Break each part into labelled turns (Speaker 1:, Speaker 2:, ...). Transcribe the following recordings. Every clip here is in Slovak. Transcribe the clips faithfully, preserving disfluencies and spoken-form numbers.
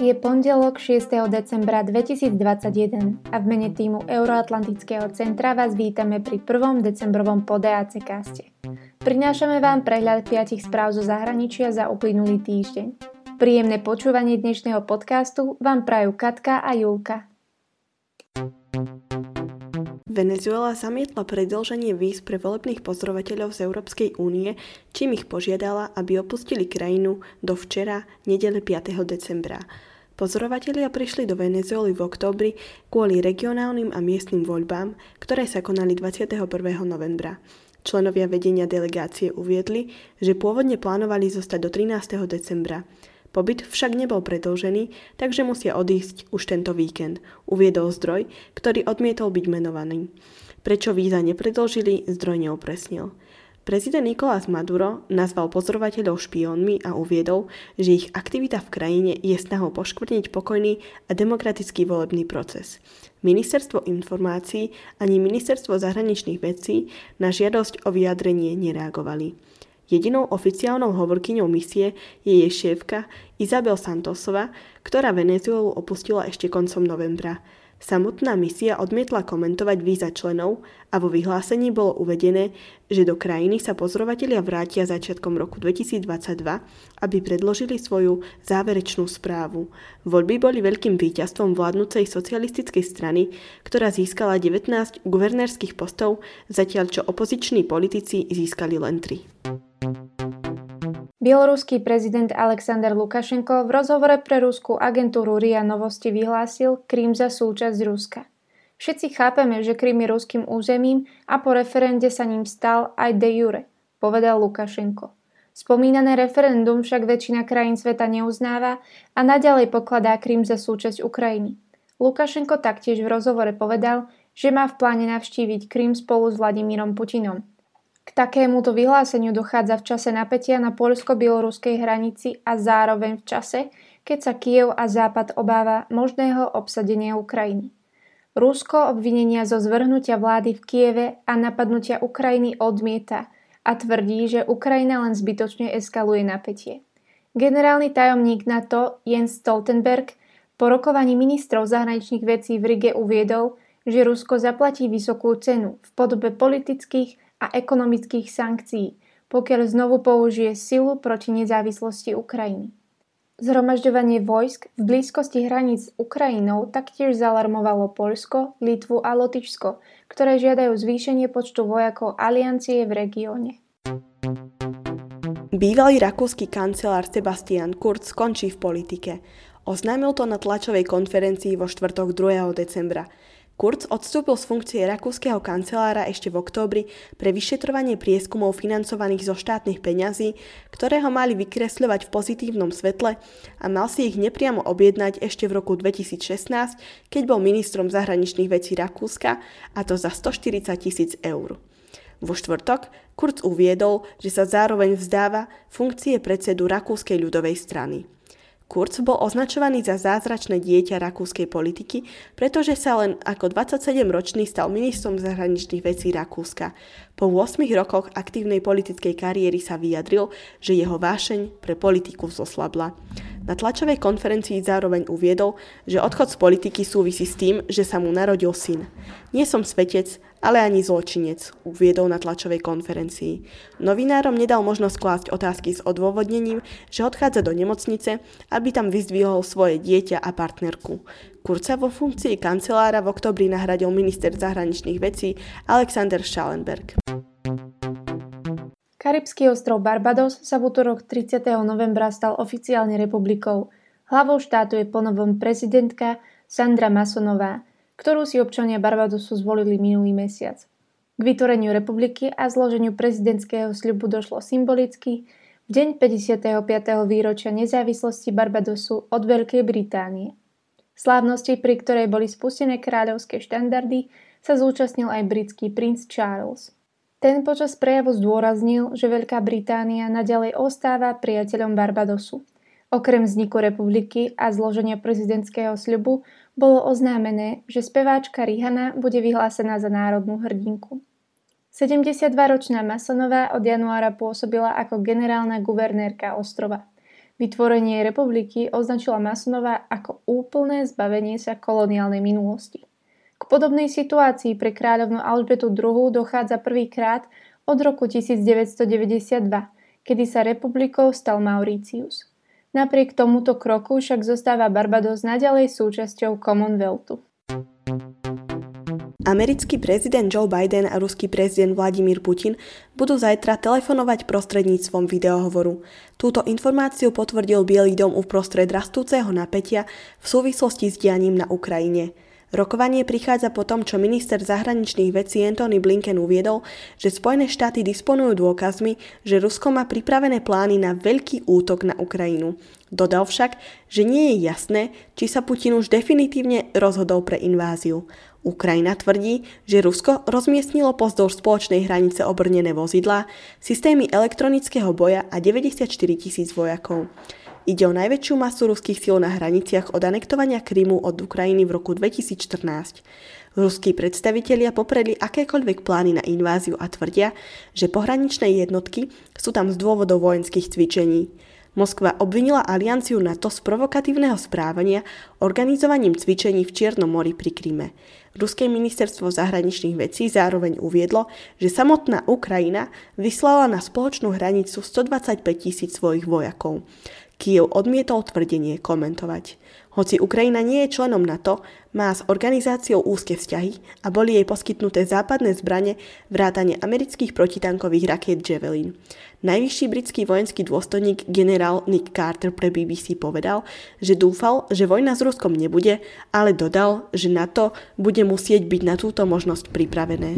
Speaker 1: Je pondelok šiesteho decembra dvetisícdvadsaťjeden a v mene týmu Euroatlantického centra vás vítame pri prvom decembrovom podcaste. Prinášame vám prehľad piatich správ zo zahraničia za uplynulý týždeň. Príjemné počúvanie dnešného podcastu vám prajú Katka a Julka.
Speaker 2: Venezuela zamietla predĺženie víz pre volebných pozorovateľov z Európskej únie, čím ich požiadala, aby opustili krajinu do včera, nedele piateho decembra. Pozorovatelia prišli do Venezuely v októbri kvôli regionálnym a miestnym voľbám, ktoré sa konali dvadsiateho prvého novembra. Členovia vedenia delegácie uviedli, že pôvodne plánovali zostať do trinásteho decembra. Pobyt však nebol predĺžený, takže musia odísť už tento víkend, uviedol zdroj, ktorý odmietol byť menovaný. Prečo víza nepredĺžili, zdroj neopresnil. Prezident Nicolás Maduro nazval pozorovateľov špiónmi a uviedol, že ich aktivita v krajine je snahou poškvrniť pokojný a demokratický volebný proces. Ministerstvo informácií ani Ministerstvo zahraničných vecí na žiadosť o vyjadrenie nereagovali. Jedinou oficiálnou hovorkyňou misie je jej šéfka Isabel Santosová, ktorá Venezuelu opustila ešte koncom novembra. Samotná misia odmietla komentovať víza členov a vo vyhlásení bolo uvedené, že do krajiny sa pozorovatelia vrátia začiatkom roku dvetisícdvadsaťdva, aby predložili svoju záverečnú správu. Voľby boli veľkým víťazstvom vládnucej socialistickej strany, ktorá získala devätnásť guvernérskych postov, zatiaľ čo opoziční politici získali len tri.
Speaker 1: Bieloruský prezident Alexander Lukašenko v rozhovore pre ruskú agentúru er i á Novosti vyhlásil Krym za súčasť Ruska. Všetci chápeme, že Krym je ruským územím a po referende sa ním stal aj de jure, povedal Lukašenko. Spomínané referendum však väčšina krajín sveta neuznáva a naďalej pokladá Krym za súčasť Ukrajiny. Lukašenko taktiež v rozhovore povedal, že má v pláne navštíviť Krym spolu s Vladimírom Putinom. K takémuto vyhláseniu dochádza v čase napätia na poľsko-bieloruskej hranici a zároveň v čase, keď sa Kyjev a Západ obáva možného obsadenia Ukrajiny. Rusko obvinenia zo zvrhnutia vlády v Kyjeve a napadnutia Ukrajiny odmieta a tvrdí, že Ukrajina len zbytočne eskaluje napätie. Generálny tajomník NATO Jens Stoltenberg po rokovaní ministrov zahraničných vecí v Rige uviedol, že Rusko zaplatí vysokú cenu v podobe politických a ekonomických sankcií, pokiaľ znovu použije silu proti nezávislosti Ukrajiny. Zhromažďovanie vojsk v blízkosti hraníc s Ukrajinou taktiež zalarmovalo Poľsko, Litvu a Lotyšsko, ktoré žiadajú zvýšenie počtu vojakov aliancie v regióne.
Speaker 2: Bývalý rakúsky kancelár Sebastian Kurz skončí v politike. Oznámil to na tlačovej konferencii vo štvrtok druhého decembra. Kurz odstúpil z funkcie rakúskeho kancelára ešte v októbri pre vyšetrovanie prieskumov financovaných zo štátnych peňazí, ktoré ho mali vykresľovať v pozitívnom svetle a mal si ich nepriamo objednať ešte v roku dvetisícšestnásť, keď bol ministrom zahraničných vecí Rakúska, a to za stoštyridsať tisíc eur. Vo štvrtok Kurz uviedol, že sa zároveň vzdáva funkcie predsedu Rakúskej ľudovej strany. Kurz bol označovaný za zázračné dieťa rakúskej politiky, pretože sa len ako dvadsaťsedemročný stal ministrom zahraničných vecí Rakúska. Po ôsmich rokoch aktívnej politickej kariéry sa vyjadril, že jeho vášeň pre politiku zoslabla. Na tlačovej konferencii zároveň uviedol, že odchod z politiky súvisí s tým, že sa mu narodil syn. Nie som svetec, ale ani zločinec, uviedol na tlačovej konferencii. Novinárom nedal možnosť klásť otázky s odôvodnením, že odchádza do nemocnice, aby tam vyzdvihol svoje dieťa a partnerku. Kurza vo funkcii kancelára v októbri nahradil minister zahraničných vecí Alexander Schallenberg.
Speaker 1: Karibský ostrov Barbados sa v utorok tridsiateho novembra stal oficiálne republikou. Hlavou štátu je ponovom prezidentka Sandra Massonová, ktorú si občania Barbadosu zvolili minulý mesiac. K vytvoreniu republiky a zloženiu prezidentského sľubu došlo symbolicky v deň päťdesiateho piateho výročia nezávislosti Barbadosu od Veľkej Británie. Slávnosti, pri ktorej boli spustené kráľovské štandardy, sa zúčastnil aj britský princ Charles. Ten počas prejavu zdôraznil, že Veľká Británia naďalej ostáva priateľom Barbadosu. Okrem vzniku republiky a zloženia prezidentského sľubu bolo oznámené, že speváčka Rihanna bude vyhlásená za národnú hrdinku. sedemdesiatdvaročná Massonová od januára pôsobila ako generálna guvernérka ostrova. Vytvorenie republiky označila Masonová ako úplné zbavenie sa koloniálnej minulosti. K podobnej situácii pre kráľovnu Alžbetu druhú. Dochádza prvýkrát od roku tisícdeväťstodeväťdesiatdva, kedy sa republikou stal Mauritius. Napriek tomuto kroku však zostáva Barbados naďalej súčasťou Commonwealthu.
Speaker 2: Americký prezident Joe Biden a ruský prezident Vladimír Putin budú zajtra telefonovať prostredníctvom videohovoru. Túto informáciu potvrdil Bielý dom uprostred rastúceho napätia v súvislosti s dianím na Ukrajine. Rokovanie prichádza po tom, čo minister zahraničných vecí Antony Blinken uviedol, že Spojené štáty disponujú dôkazmi, že Rusko má pripravené plány na veľký útok na Ukrajinu. Dodal však, že nie je jasné, či sa Putin už definitívne rozhodol pre inváziu. Ukrajina tvrdí, že Rusko rozmiestnilo pozdĺž spoločnej hranice obrnené vozidlá, systémy elektronického boja a deväťdesiatštyri tisíc vojakov. Ide o najväčšiu masu ruských síl na hraniciach od anektovania Krymu od Ukrajiny v roku dvetisícštrnásť. Ruskí predstavitelia popredli akékoľvek plány na inváziu a tvrdia, že pohraničné jednotky sú tam z dôvodov vojenských cvičení. Moskva obvinila alianciu NATO z provokatívneho správania organizovaním cvičení v Čiernom mori pri Kryme. Ruské ministerstvo zahraničných vecí zároveň uviedlo, že samotná Ukrajina vyslala na spoločnú hranicu stodvadsaťpäť tisíc svojich vojakov. Kyjev odmietol tvrdenie komentovať. Hoci Ukrajina nie je členom NATO, má s organizáciou úzke vzťahy a boli jej poskytnuté západné zbrane vrátane amerických protitankových rakiet Javelin. Najvyšší britský vojenský dôstojník generál Nick Carter pre bé bé cé povedal, že dúfal, že vojna s Ruskom nebude, ale dodal, že NATO bude musieť byť na túto možnosť pripravené.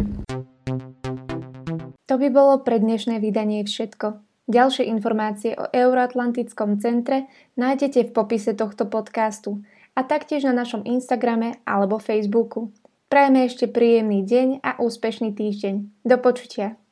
Speaker 1: To by bolo pre dnešné vydanie všetko. Ďalšie informácie o Euroatlantickom centre nájdete v popise tohto podcastu a taktiež na našom Instagrame alebo Facebooku. Prajeme ešte príjemný deň a úspešný týždeň. Do počutia.